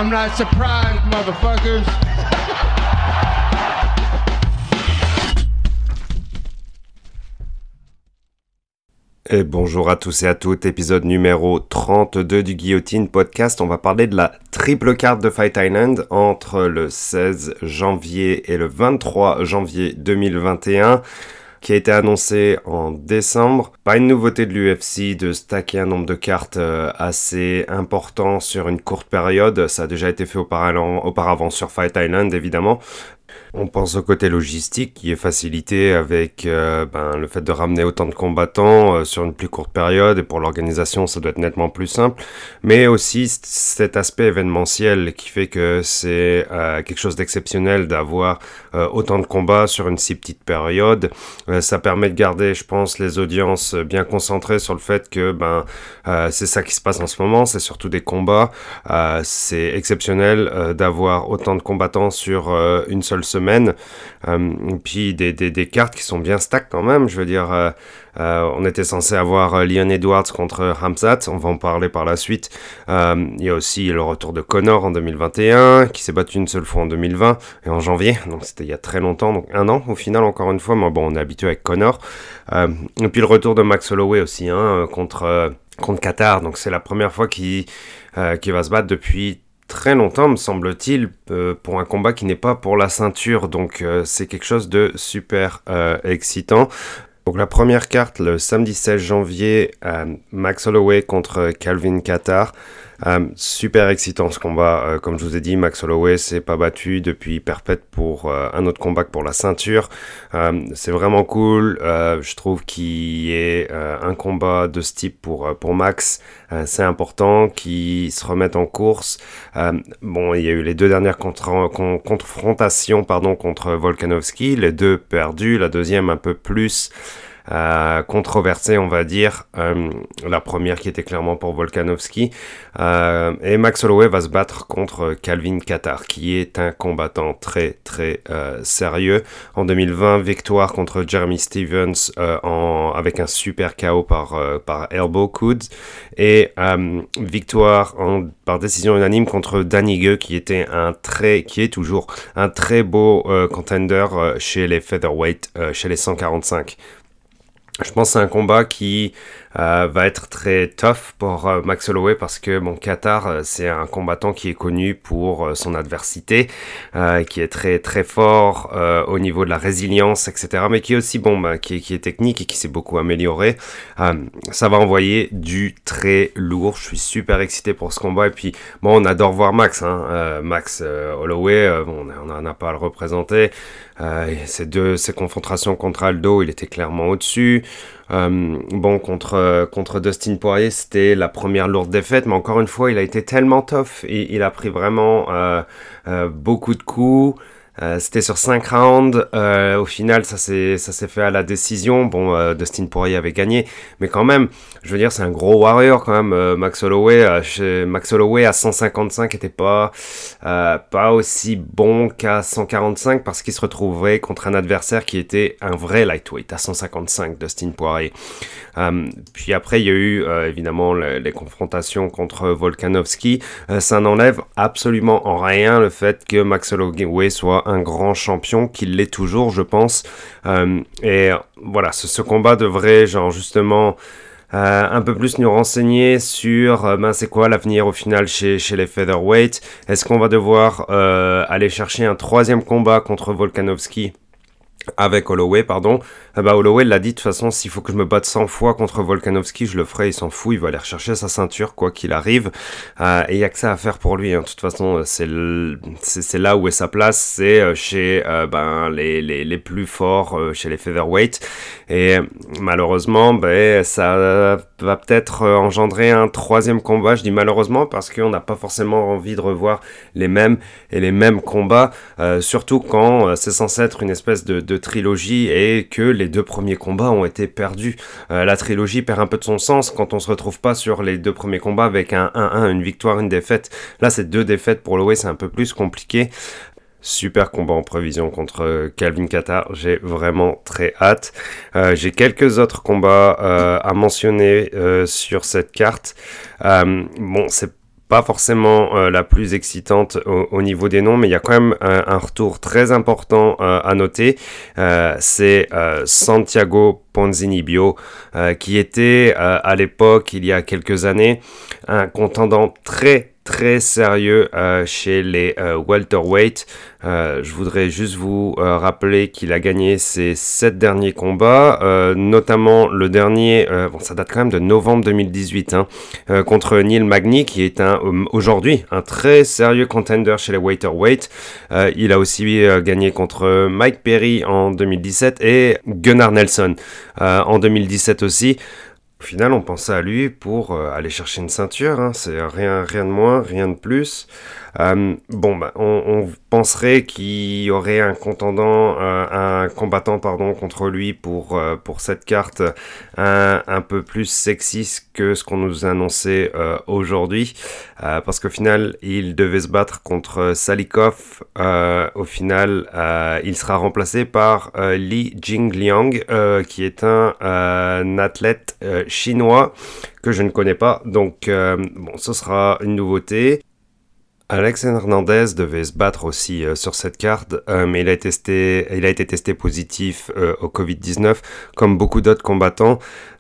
I'm not surprised, motherfuckers. Et bonjour à tous et à toutes, épisode numéro 32 du Guillotine Podcast. On va parler de la triple carte de Fight Island entre le 16 janvier et le 23 janvier 2021, qui a été annoncé en décembre. Pas une nouveauté de l'UFC de stacker un nombre de cartes assez important sur une courte période. Ça a déjà été fait auparavant sur Fight Island, évidemment. On pense au côté logistique qui est facilité avec le fait de ramener autant de combattants sur une plus courte période, et pour l'organisation ça doit être nettement plus simple, mais aussi cet aspect événementiel qui fait que c'est quelque chose d'exceptionnel d'avoir autant de combats sur une si petite période. Ça permet de garder, je pense, les audiences bien concentrées sur le fait que c'est ça qui se passe en ce moment, c'est surtout des combats. C'est exceptionnel d'avoir autant de combattants sur une seule semaine, puis des cartes qui sont bien stack quand même. Je veux dire, on était censé avoir Leon Edwards contre Khamzat, on va en parler par la suite. Il y a aussi le retour de Conor en 2021, qui s'est battu une seule fois en 2020 et en janvier, donc c'était il y a très longtemps, donc un an au final encore une fois, mais bon, on est habitué avec Conor. Et puis le retour de Max Holloway aussi, contre Kattar, donc c'est la première fois qu'il va se battre depuis très longtemps, me semble-t-il, pour un combat qui n'est pas pour la ceinture, donc c'est quelque chose de super excitant. Donc la première carte, le samedi 16 janvier, Max Holloway contre Calvin Kattar. Super excitant ce combat, comme je vous ai dit, Max Holloway s'est pas battu depuis Perpète pour un autre combat que pour la ceinture. C'est vraiment cool, je trouve qu'il y ait un combat de ce type pour Max, c'est important qu'il se remette en course. Il y a eu les deux dernières confrontations contre Volkanovski, les deux perdus, la deuxième un peu plus controversée, on va dire, la première qui était clairement pour Volkanovski, et Max Holloway va se battre contre Calvin Kattar, qui est un combattant très très sérieux. En 2020, victoire contre Jeremy Stephens avec un super KO par elbow coude, et victoire par décision unanime contre Dan Ige, qui est toujours un très beau contender chez les featherweight, chez les 145. Je pense que c'est un combat qui va être très tough pour Max Holloway, parce que Kattar, c'est un combattant qui est connu pour son adversité, qui est très très fort au niveau de la résilience, etc., mais qui est aussi qui est technique et qui s'est beaucoup amélioré. Ça va envoyer du très lourd. Je suis super excité pour ce combat, et puis on adore voir Max, Max Holloway, on n'en a pas à le représenter. Ces confrontations contre Aldo, il était clairement au-dessus. Contre Dustin Poirier, c'était la première lourde défaite, mais encore une fois, il a été tellement tough, et il a pris vraiment beaucoup de coups. C'était sur 5 rounds, au final ça s'est fait à la décision. Dustin Poirier avait gagné, mais quand même, je veux dire, c'est un gros warrior quand même. Max Holloway à 155 était pas aussi bon qu'à 145, parce qu'il se retrouvait contre un adversaire qui était un vrai lightweight à 155, Dustin Poirier. Puis après il y a eu évidemment les confrontations contre Volkanovski. Ça n'enlève absolument en rien le fait que Max Holloway soit un grand champion, qu'il l'est toujours, je pense. Et voilà, ce combat devrait justement un peu plus nous renseigner sur c'est quoi l'avenir au final chez les featherweight. Est-ce qu'on va devoir aller chercher un troisième combat contre Volkanovski avec Holloway, Holloway l'a dit, de toute façon, s'il faut que je me batte 100 fois contre Volkanovski, je le ferai, il s'en fout, il va aller rechercher sa ceinture, quoi qu'il arrive, et il y a que ça à faire pour lui, de toute façon, c'est là où est sa place, c'est chez les plus forts, chez les featherweight, et malheureusement, ça va peut-être engendrer un troisième combat. Je dis malheureusement parce qu'on n'a pas forcément envie de revoir les mêmes combats, surtout quand c'est censé être une espèce de trilogie, et que les deux premiers combats ont été perdus. La trilogie perd un peu de son sens quand on se retrouve pas sur les deux premiers combats avec un 1-1, une victoire, une défaite. Là, c'est 2 défaites pour Holloway, c'est un peu plus compliqué. Super combat en prévision contre Calvin Kattar, j'ai vraiment très hâte. J'ai quelques autres combats à mentionner sur cette carte. C'est pas forcément la plus excitante au niveau des noms, mais il y a quand même un retour très important à noter. C'est Santiago Ponzinibbio, qui était à l'époque, il y a quelques années, un contendant très sérieux chez les welterweight. Je voudrais juste vous rappeler qu'il a gagné ses 7 derniers combats, notamment le dernier, ça date quand même de novembre 2018, contre Neil Magny, qui est aujourd'hui un très sérieux contender chez les welterweight. Il a aussi gagné contre Mike Perry en 2017 et Gunnar Nelson en 2017 aussi. Au final, on pensait à lui pour aller chercher une ceinture, c'est rien de moins, rien de plus. On penserait qu'il y aurait un combattant contre lui pour cette carte un peu plus sexiste que ce qu'on nous annonçait aujourd'hui, parce qu'au final, il devait se battre contre Salikov. Au final, il sera remplacé par Li Jingliang, qui est un athlète chinois que je ne connais pas, donc ce sera une nouveauté. Alex Hernandez devait se battre aussi sur cette carte, mais il a été testé positif au Covid-19, comme beaucoup d'autres combattants.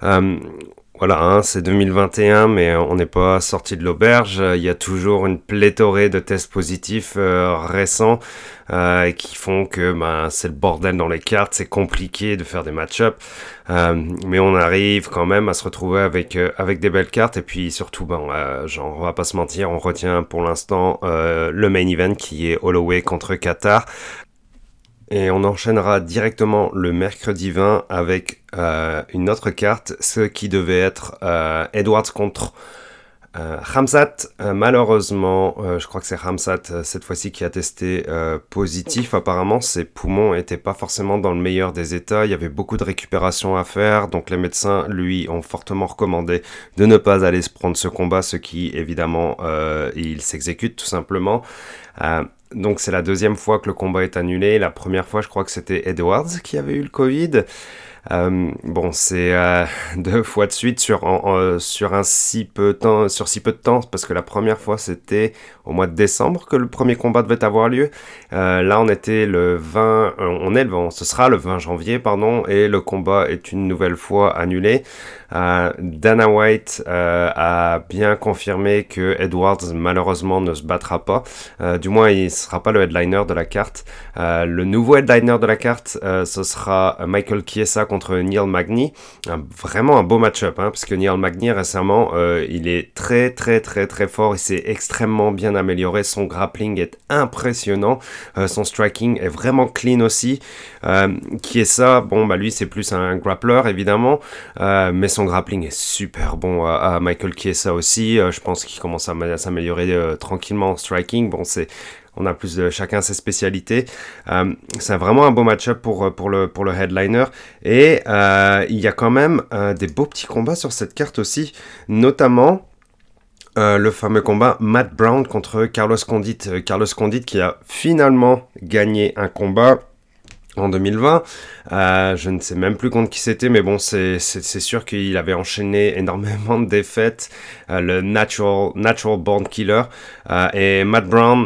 Voilà, c'est 2021, mais on n'est pas sorti de l'auberge. Il y a toujours une pléthorée de tests positifs récents qui font que c'est le bordel dans les cartes, c'est compliqué de faire des match-ups. Mais on arrive quand même à se retrouver avec des belles cartes. Et puis surtout, on va pas se mentir, on retient pour l'instant le main event qui est Holloway contre Qatar. Et on enchaînera directement le mercredi 20 avec une autre carte, ce qui devait être Edwards contre Khamzat. Malheureusement, je crois que c'est Khamzat cette fois-ci qui a testé positif. Apparemment, ses poumons n'étaient pas forcément dans le meilleur des états. Il y avait beaucoup de récupération à faire. Donc les médecins, lui, ont fortement recommandé de ne pas aller se prendre ce combat, ce qui, évidemment, il s'exécute tout simplement. Donc c'est la deuxième fois que le combat est annulé. La première fois, je crois que c'était Edwards qui avait eu le Covid. C'est 2 fois de suite sur si peu de temps, parce que la première fois c'était au mois de décembre que le premier combat devait avoir lieu. Là on était le 20, ce sera le 20 janvier, pardon, et le combat est une nouvelle fois annulé. Dana White a bien confirmé que Edwards malheureusement ne se battra pas, du moins il ne sera pas le headliner de la carte. Le nouveau headliner de la carte, ce sera Michael Chiesa contre Neil Magny. Vraiment un beau match-up, parce que Neil Magny récemment, il est très fort, il s'est extrêmement bien amélioré, son grappling est impressionnant, son striking est vraiment clean aussi. Chiesa, lui c'est plus un grappler évidemment, mais son grappling est super bon à Michael Chiesa aussi. Je pense qu'il commence à s'améliorer tranquillement en striking. On a plus de chacun ses spécialités. C'est vraiment un beau match-up pour le headliner. Et il y a quand même des beaux petits combats sur cette carte aussi, notamment le fameux combat Matt Brown contre Carlos Condit. Carlos Condit qui a finalement gagné un combat en 2020, je ne sais même plus contre qui c'était, mais c'est sûr qu'il avait enchaîné énormément de défaites, le Natural Born Killer, et Matt Brown,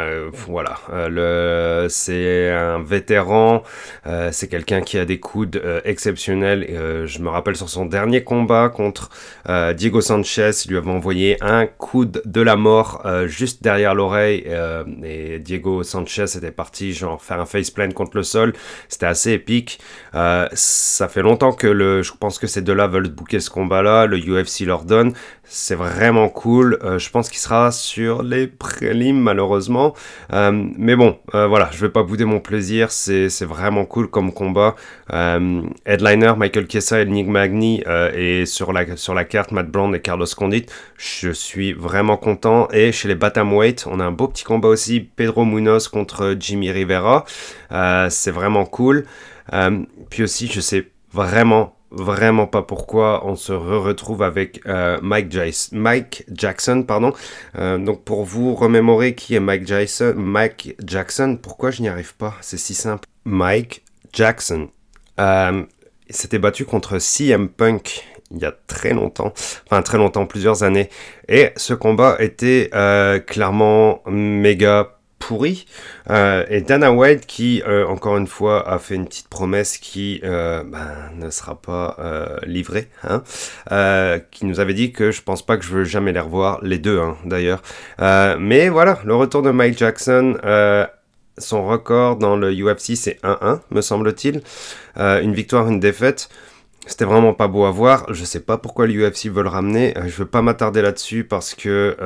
c'est un vétéran, c'est quelqu'un qui a des coudes exceptionnels. Je me rappelle sur son dernier combat contre Diego Sanchez, il lui avait envoyé un coude de la mort juste derrière l'oreille, et Diego Sanchez était parti faire un faceplant contre le sol. C'était assez épique. Ça fait longtemps que je pense que ces deux-là veulent booker ce combat-là. Le UFC leur donne. C'est vraiment cool. Je pense qu'il sera sur les prélims, malheureusement. Je vais pas bouder mon plaisir. C'est vraiment cool comme combat. Headliner, Michael Chiesa et Neil Magny. Et sur la carte, Matt Brown et Carlos Condit. Je suis vraiment content. Et chez les Bantamweight, on a un beau petit combat aussi. Pedro Munoz contre Jimmy Rivera. C'est vraiment cool. Puis aussi, je sais vraiment pas pourquoi on se retrouve avec Mike Jackson. Donc pour vous remémorer qui est Mike Jackson, pourquoi je n'y arrive pas? C'est si simple. Mike Jackson s'était battu contre CM Punk il y a très longtemps, plusieurs années. Et ce combat était clairement méga pourri. Et Dana White qui, encore une fois, a fait une petite promesse qui ne sera pas livrée, qui nous avait dit que je pense pas que je veux jamais les revoir, les deux d'ailleurs. Mais voilà, le retour de Mike Jackson, son record dans le UFC c'est 1-1, me semble-t-il. Une victoire, une défaite. C'était vraiment pas beau à voir. Je sais pas pourquoi l'UFC veut le ramener. Je veux pas m'attarder là-dessus parce que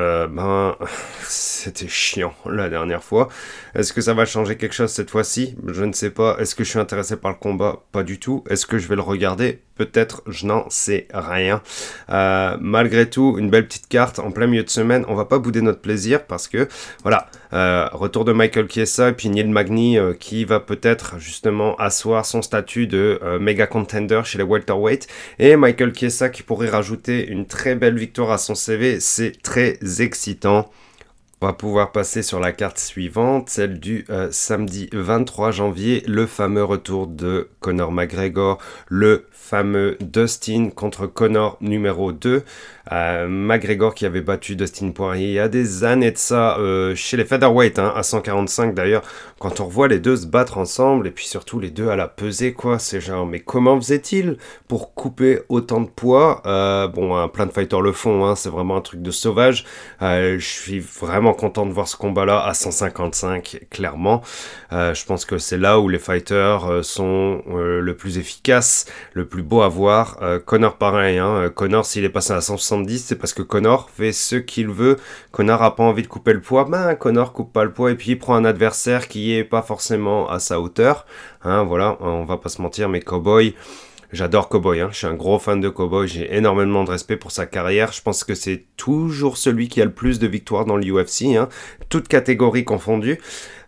c'était chiant la dernière fois. Est-ce que ça va changer quelque chose cette fois-ci? Je ne sais pas. Est-ce que je suis intéressé par le combat? Pas du tout. Est-ce que je vais le regarder? Peut-être. Je n'en sais rien. Malgré tout, une belle petite carte en plein milieu de semaine. On va pas bouder notre plaisir parce que voilà. Retour de Michael Chiesa et puis Neil Magny qui va peut-être justement asseoir son statut de méga contender chez les welterweight, et Michael Chiesa qui pourrait rajouter une très belle victoire à son CV. C'est très excitant. On va pouvoir passer sur la carte suivante, celle du samedi 23 janvier, le fameux retour de Conor McGregor, le fameux Dustin contre Conor numéro 2. McGregor qui avait battu Dustin Poirier il y a des années de ça, chez les featherweight, à 145 d'ailleurs. Quand on revoit les deux se battre ensemble, et puis surtout les deux à la pesée, quoi, c'est genre, mais comment faisait-il pour couper autant de poids? Plein de fighters le font, c'est vraiment un truc de sauvage. Je suis vraiment content de voir ce combat-là à 155, clairement. Je pense que c'est là où les fighters sont le plus efficaces, le plus beau à voir. Conor pareil, Conor s'il est passé à 170, c'est parce que Conor fait ce qu'il veut. Conor a pas envie de couper le poids, Conor coupe pas le poids et puis il prend un adversaire qui est pas forcément à sa hauteur. Voilà, on va pas se mentir, mais Cowboy, j'adore Cowboy, je suis un gros fan de Cowboy, j'ai énormément de respect pour sa carrière. Je pense que c'est toujours celui qui a le plus de victoires dans l'UFC, toutes catégories confondues.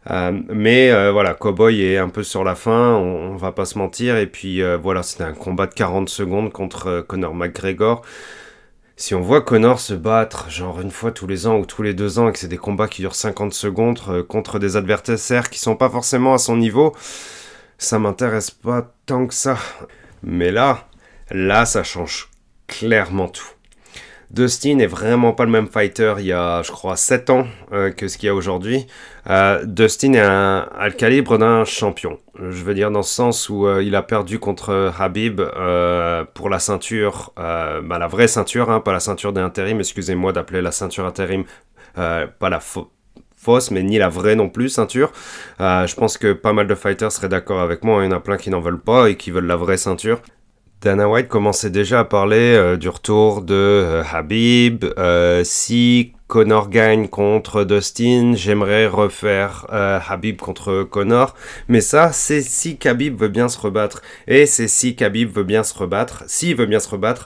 Voilà, Cowboy est un peu sur la fin, on va pas se mentir. Et puis voilà, c'était un combat de 40 secondes contre Conor McGregor. Si on voit Conor se battre genre une fois tous les ans ou tous les 2 ans et que c'est des combats qui durent 50 secondes contre des adversaires qui sont pas forcément à son niveau, ça m'intéresse pas tant que ça. Mais là, ça change clairement tout. Dustin est vraiment pas le même fighter il y a, je crois, 7 ans que ce qu'il y a aujourd'hui. Dustin a le calibre d'un champion. Je veux dire dans ce sens où il a perdu contre Khabib pour la ceinture, la vraie ceinture, pas la ceinture d'intérim, excusez-moi d'appeler la ceinture intérim, pas la fausse, mais ni la vraie non plus ceinture. Je pense que pas mal de fighters seraient d'accord avec moi, il y en a plein qui n'en veulent pas et qui veulent la vraie ceinture. Dana White commençait déjà à parler du retour de Khabib. Si Conor gagne contre Dustin, j'aimerais refaire Khabib contre Conor. Mais ça, c'est si Khabib veut bien se rebattre. Et c'est si Khabib veut bien se rebattre. S'il veut bien se rebattre,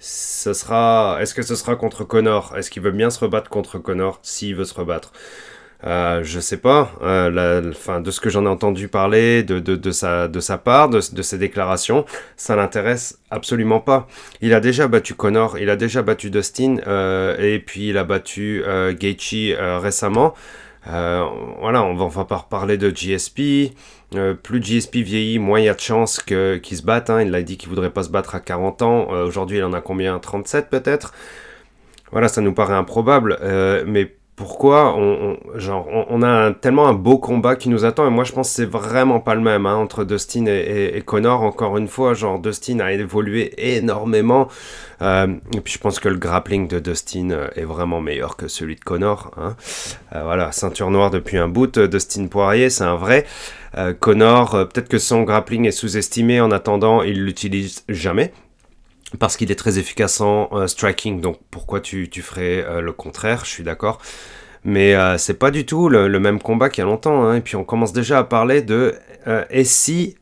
est-ce que ce sera contre Conor? Est-ce qu'il veut bien se rebattre contre Conor s'il veut se rebattre? Je sais pas, de ce que j'en ai entendu parler, de sa part, de ses déclarations, ça l'intéresse absolument pas. Il a déjà battu Conor, il a déjà battu Dustin, et puis il a battu Gaethje récemment. Voilà, on va pas reparler de GSP. Plus GSP vieillit, moins il y a de chances qu'il se batte. Il a dit qu'il voudrait pas se battre à 40 ans. Aujourd'hui, il en a combien? 37 peut-être? Voilà, ça nous paraît improbable, mais pourquoi on a tellement un beau combat qui nous attend, et moi je pense que c'est vraiment pas le même entre Dustin et Conor. Encore une fois, Dustin a évolué énormément, et puis je pense que le grappling de Dustin est vraiment meilleur que celui de Conor, voilà, ceinture noire depuis un bout, Dustin Poirier, c'est un vrai. Conor, peut-être que son grappling est sous-estimé, en attendant il l'utilise jamais, parce qu'il est très efficace en striking, donc pourquoi tu ferais le contraire? Je suis d'accord. Mais c'est pas du tout le même combat qu'il y a longtemps, et puis on commence déjà à parler de et si,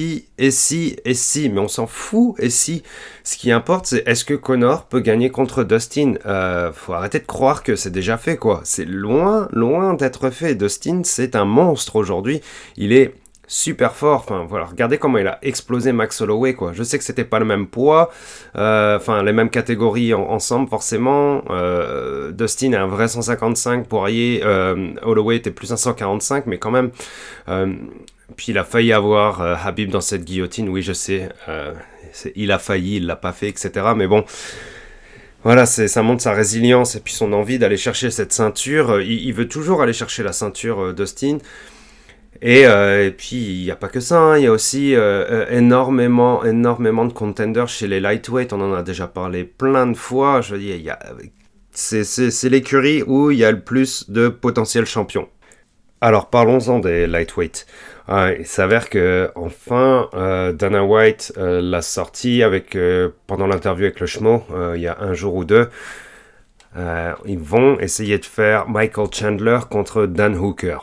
mais on s'en fout, et si. Ce qui importe, c'est est-ce que Conor peut gagner contre Dustin? Faut arrêter de croire que c'est déjà fait, quoi. C'est loin d'être fait. Dustin, c'est un monstre aujourd'hui. Il est super fort, voilà, regardez comment il a explosé Max Holloway, quoi. Je sais que c'était pas le même poids, les mêmes catégories ensemble forcément. Dustin est un vrai 155, Poirier, Holloway était plus un 145, mais quand même, Puis il a failli avoir Khabib dans cette guillotine, oui je sais, il a failli, il l'a pas fait, etc. Mais bon, voilà, ça montre sa résilience et puis son envie d'aller chercher cette ceinture. Il veut toujours aller chercher la ceinture d'Austin. Et puis, il n'y a pas que ça, hein. Il y a aussi énormément de contenders chez les lightweight. On en a déjà parlé plein de fois. Je veux dire, c'est l'écurie où il y a le plus de potentiels champions. Alors, parlons-en des lightweight. Il s'avère que enfin, Dana White l'a sorti pendant l'interview avec le Schmo, il y a un jour ou deux. Ils vont essayer de faire Michael Chandler contre Dan Hooker.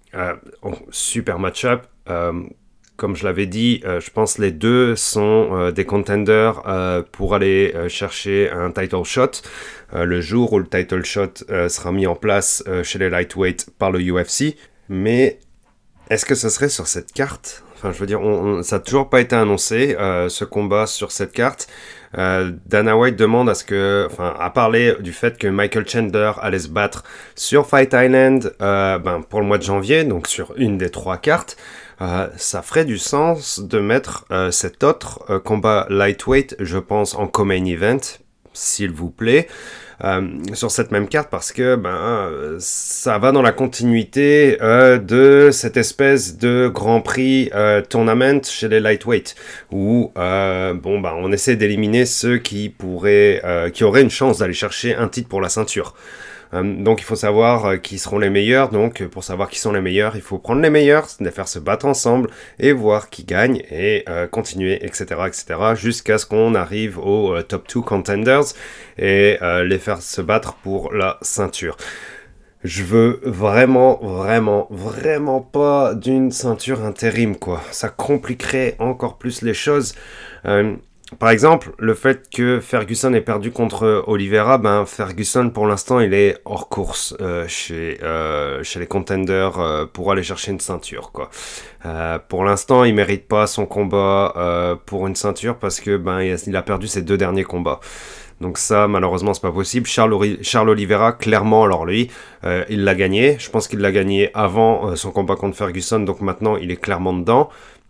Super match-up. Comme je l'avais dit, je pense que les deux sont des contenders pour aller chercher un title shot. Le jour où le title shot sera mis en place chez les lightweight par le UFC. Mais est-ce que ce serait sur cette carte ? Enfin, je veux dire, ça n'a toujours pas été annoncé, ce combat sur cette carte. Dana White demande à parler du fait que Michael Chandler allait se battre sur Fight Island pour le mois de janvier, donc sur une des 3 cartes. Ça ferait du sens de mettre cet autre combat lightweight, je pense, en co-main event, s'il vous plaît, sur cette même carte, parce que ça va dans la continuité de cette espèce de Grand Prix tournament chez les lightweight, où on essaie d'éliminer ceux qui auraient une chance d'aller chercher un titre pour la ceinture. Donc il faut savoir qui seront les meilleurs. Donc pour savoir qui sont les meilleurs, il faut prendre les meilleurs, les faire se battre ensemble et voir qui gagne et continuer, etc., jusqu'à ce qu'on arrive aux top 2 contenders et les faire se battre pour la ceinture. Je veux vraiment pas d'une ceinture intérim, quoi. Ça compliquerait encore plus les choses. Par exemple, le fait que Ferguson ait perdu contre Oliveira, Ferguson pour l'instant il est hors course chez les contenders pour aller chercher une ceinture, quoi. Pour l'instant, il mérite pas son combat pour une ceinture parce que il a perdu ses 2 derniers combats. Donc ça, malheureusement, c'est pas possible. Charles Oliveira, clairement, alors lui, il l'a gagné. Je pense qu'il l'a gagné avant son combat contre Ferguson, donc maintenant il est clairement dedans.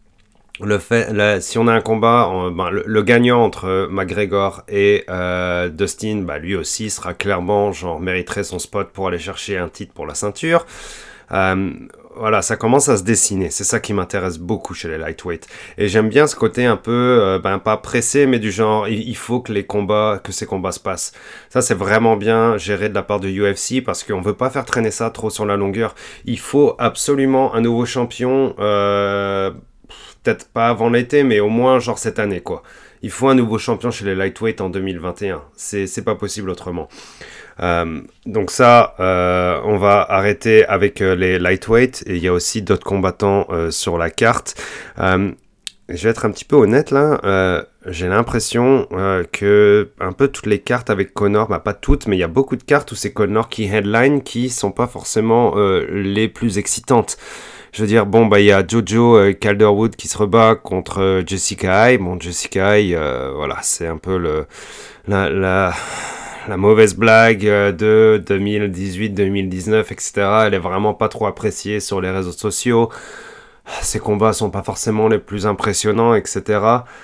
Si on a un combat, le gagnant entre McGregor et Dustin, lui aussi sera clairement, mériterait son spot pour aller chercher un titre pour la ceinture. Voilà, ça commence à se dessiner. C'est ça qui m'intéresse beaucoup chez les lightweight. Et j'aime bien ce côté un peu, pas pressé, mais du genre, il faut que ces combats se passent. Ça, c'est vraiment bien géré de la part de UFC parce qu'on veut pas faire traîner ça trop sur la longueur. Il faut absolument un nouveau champion, peut-être pas avant l'été, mais au moins cette année, quoi. Il faut un nouveau champion chez les lightweight en 2021. C'est pas possible autrement. Donc ça, on va arrêter avec les lightweight. Et il y a aussi d'autres combattants sur la carte. Je vais être un petit peu honnête là. J'ai l'impression que un peu toutes les cartes avec Conor, pas toutes, mais il y a beaucoup de cartes où c'est Conor qui headline qui sont pas forcément les plus excitantes. Je veux dire, il y a Jojo Calderwood qui se rebat contre Jessica Eye. Bon, Jessica Eye, voilà, c'est un peu la mauvaise blague de 2018-2019, etc. Elle est vraiment pas trop appréciée sur les réseaux sociaux. Ses combats sont pas forcément les plus impressionnants, etc.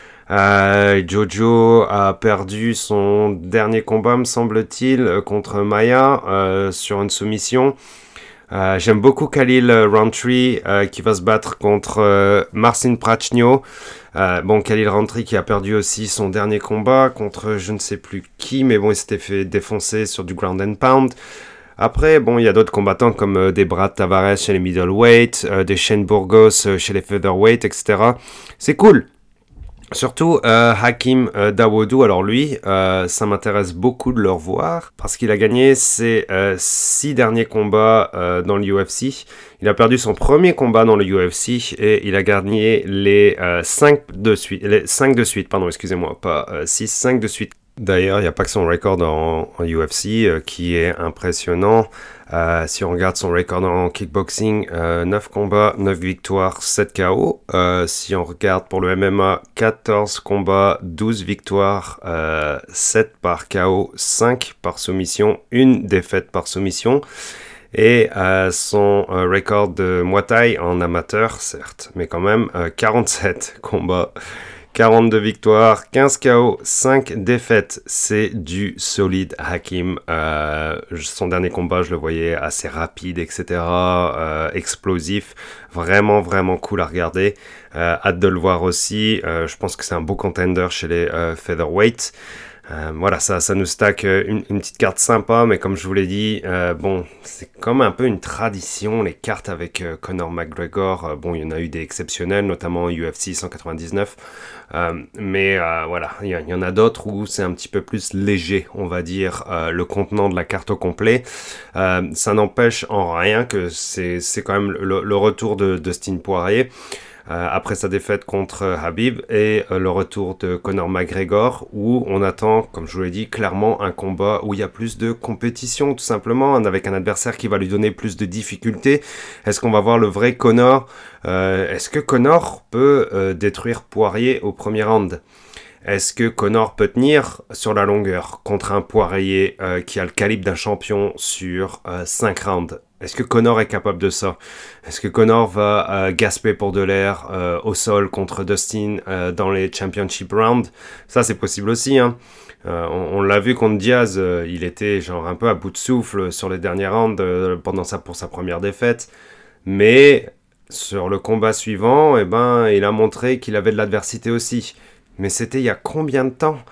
Jojo a perdu son dernier combat, me semble-t-il, contre Maya sur une soumission. J'aime beaucoup Khalil Rountree qui va se battre contre Marcin Prachnio. Khalil Rountree qui a perdu aussi son dernier combat contre je ne sais plus qui, mais bon, il s'était fait défoncer sur du ground and pound. Après, il y a d'autres combattants comme des Brad Tavares chez les middleweight, des Shane Burgos chez les featherweight, etc. C'est cool. Surtout Hakeem Dawodu, alors lui, ça m'intéresse beaucoup de le revoir parce qu'il a gagné ses 6 derniers combats dans le UFC. Il a perdu son premier combat dans le UFC et il a gagné les 5 de suite, pas 6, 5 de suite. D'ailleurs, il n'y a pas que son record en UFC qui est impressionnant. Si on regarde son record en kickboxing, 9 combats, 9 victoires, 7 KO. Si on regarde pour le MMA, 14 combats, 12 victoires, 7 par KO, 5 par soumission, 1 défaite par soumission. Et son record de Muay Thai en amateur, certes, mais quand même 47 combats, 42 victoires, 15 KO, 5 défaites. C'est du solide Hakim. Son dernier combat, je le voyais assez rapide, etc. Explosif. Vraiment, vraiment cool à regarder. Hâte de le voir aussi. Je pense que c'est un beau contender chez les featherweights. Voilà, ça nous stack une petite carte sympa, mais comme je vous l'ai dit, bon, c'est comme un peu une tradition, les cartes avec Conor McGregor. Bon, il y en a eu des exceptionnels, notamment UFC 199, mais voilà, il y en a d'autres où c'est un petit peu plus léger, on va dire, le contenant de la carte au complet. Ça n'empêche en rien que c'est quand même le retour de Dustin Poirier. Après sa défaite contre Khabib et le retour de Conor McGregor où on attend, comme je vous l'ai dit, clairement un combat où il y a plus de compétition tout simplement, avec un adversaire qui va lui donner plus de difficultés. Est-ce qu'on va voir le vrai Conor? Est-ce que Conor peut détruire Poirier au premier round? Est-ce que Conor peut tenir sur la longueur contre un Poirier qui a le calibre d'un champion sur 5 rounds? Est-ce que Conor est capable de ça? Est-ce que Conor va gasper pour de l'air au sol contre Dustin dans les championship rounds? Ça, c'est possible aussi, hein. On l'a vu contre Diaz, il était genre un peu à bout de souffle sur les derniers rounds pour sa première défaite. Mais sur le combat suivant, eh ben, il a montré qu'il avait de l'adversité aussi. Mais c'était il y a combien de temps?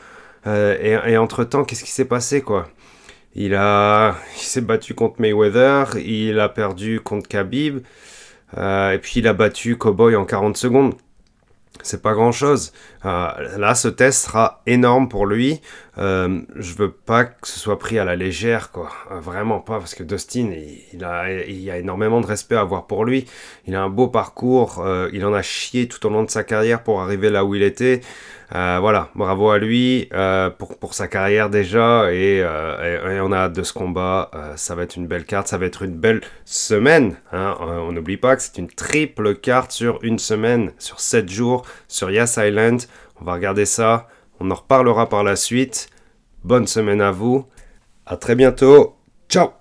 Et entre-temps, qu'est-ce qui s'est passé, quoi? Il s'est battu contre Mayweather, il a perdu contre Khabib, et puis il a battu Cowboy en 40 secondes. C'est pas grand-chose. Là, ce test sera énorme pour lui. Je veux pas que ce soit pris à la légère, quoi. Vraiment pas, parce que Dustin, il y a énormément de respect à avoir pour lui. Il a un beau parcours. Il en a chié tout au long de sa carrière pour arriver là où il était. Voilà, bravo à lui pour sa carrière déjà. Et on a hâte de ce combat. Ça va être une belle carte. Ça va être une belle semaine. Hein. On n'oublie pas que c'est une triple carte sur une semaine, sur 7 jours, sur Yas Island. On va regarder ça. On en reparlera par la suite. Bonne semaine à vous. À très bientôt. Ciao.